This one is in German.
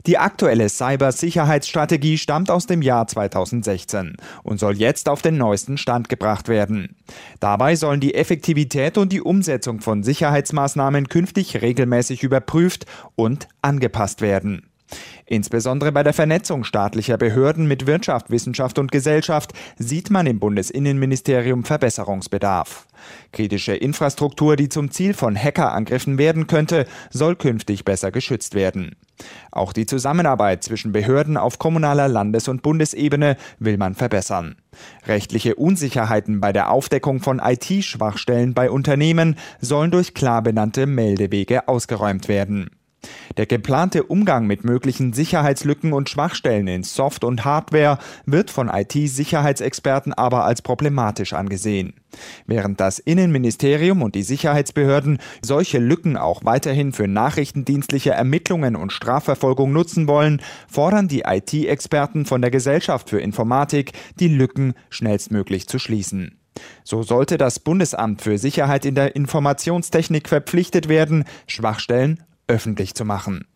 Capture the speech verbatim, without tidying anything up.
Die aktuelle Cybersicherheitsstrategie stammt aus dem Jahr zweitausendsechzehn und soll jetzt auf den neuesten Stand gebracht werden. Dabei sollen die Effektivität und die Umsetzung von Sicherheitsmaßnahmen künftig regelmäßig überprüft und angepasst werden. Insbesondere bei der Vernetzung staatlicher Behörden mit Wirtschaft, Wissenschaft und Gesellschaft sieht man im Bundesinnenministerium Verbesserungsbedarf. Kritische Infrastruktur, die zum Ziel von Hackerangriffen werden könnte, soll künftig besser geschützt werden. Auch die Zusammenarbeit zwischen Behörden auf kommunaler Landes- und Bundesebene will man verbessern. Rechtliche Unsicherheiten bei der Aufdeckung von I T-Schwachstellen bei Unternehmen sollen durch klar benannte Meldewege ausgeräumt werden. Der geplante Umgang mit möglichen Sicherheitslücken und Schwachstellen in Soft- und Hardware wird von I T-Sicherheitsexperten aber als problematisch angesehen. Während das Innenministerium und die Sicherheitsbehörden solche Lücken auch weiterhin für nachrichtendienstliche Ermittlungen und Strafverfolgung nutzen wollen, fordern die I T-Experten von der Gesellschaft für Informatik, die Lücken schnellstmöglich zu schließen. So sollte das Bundesamt für Sicherheit in der Informationstechnik verpflichtet werden, Schwachstellen öffentlich zu machen.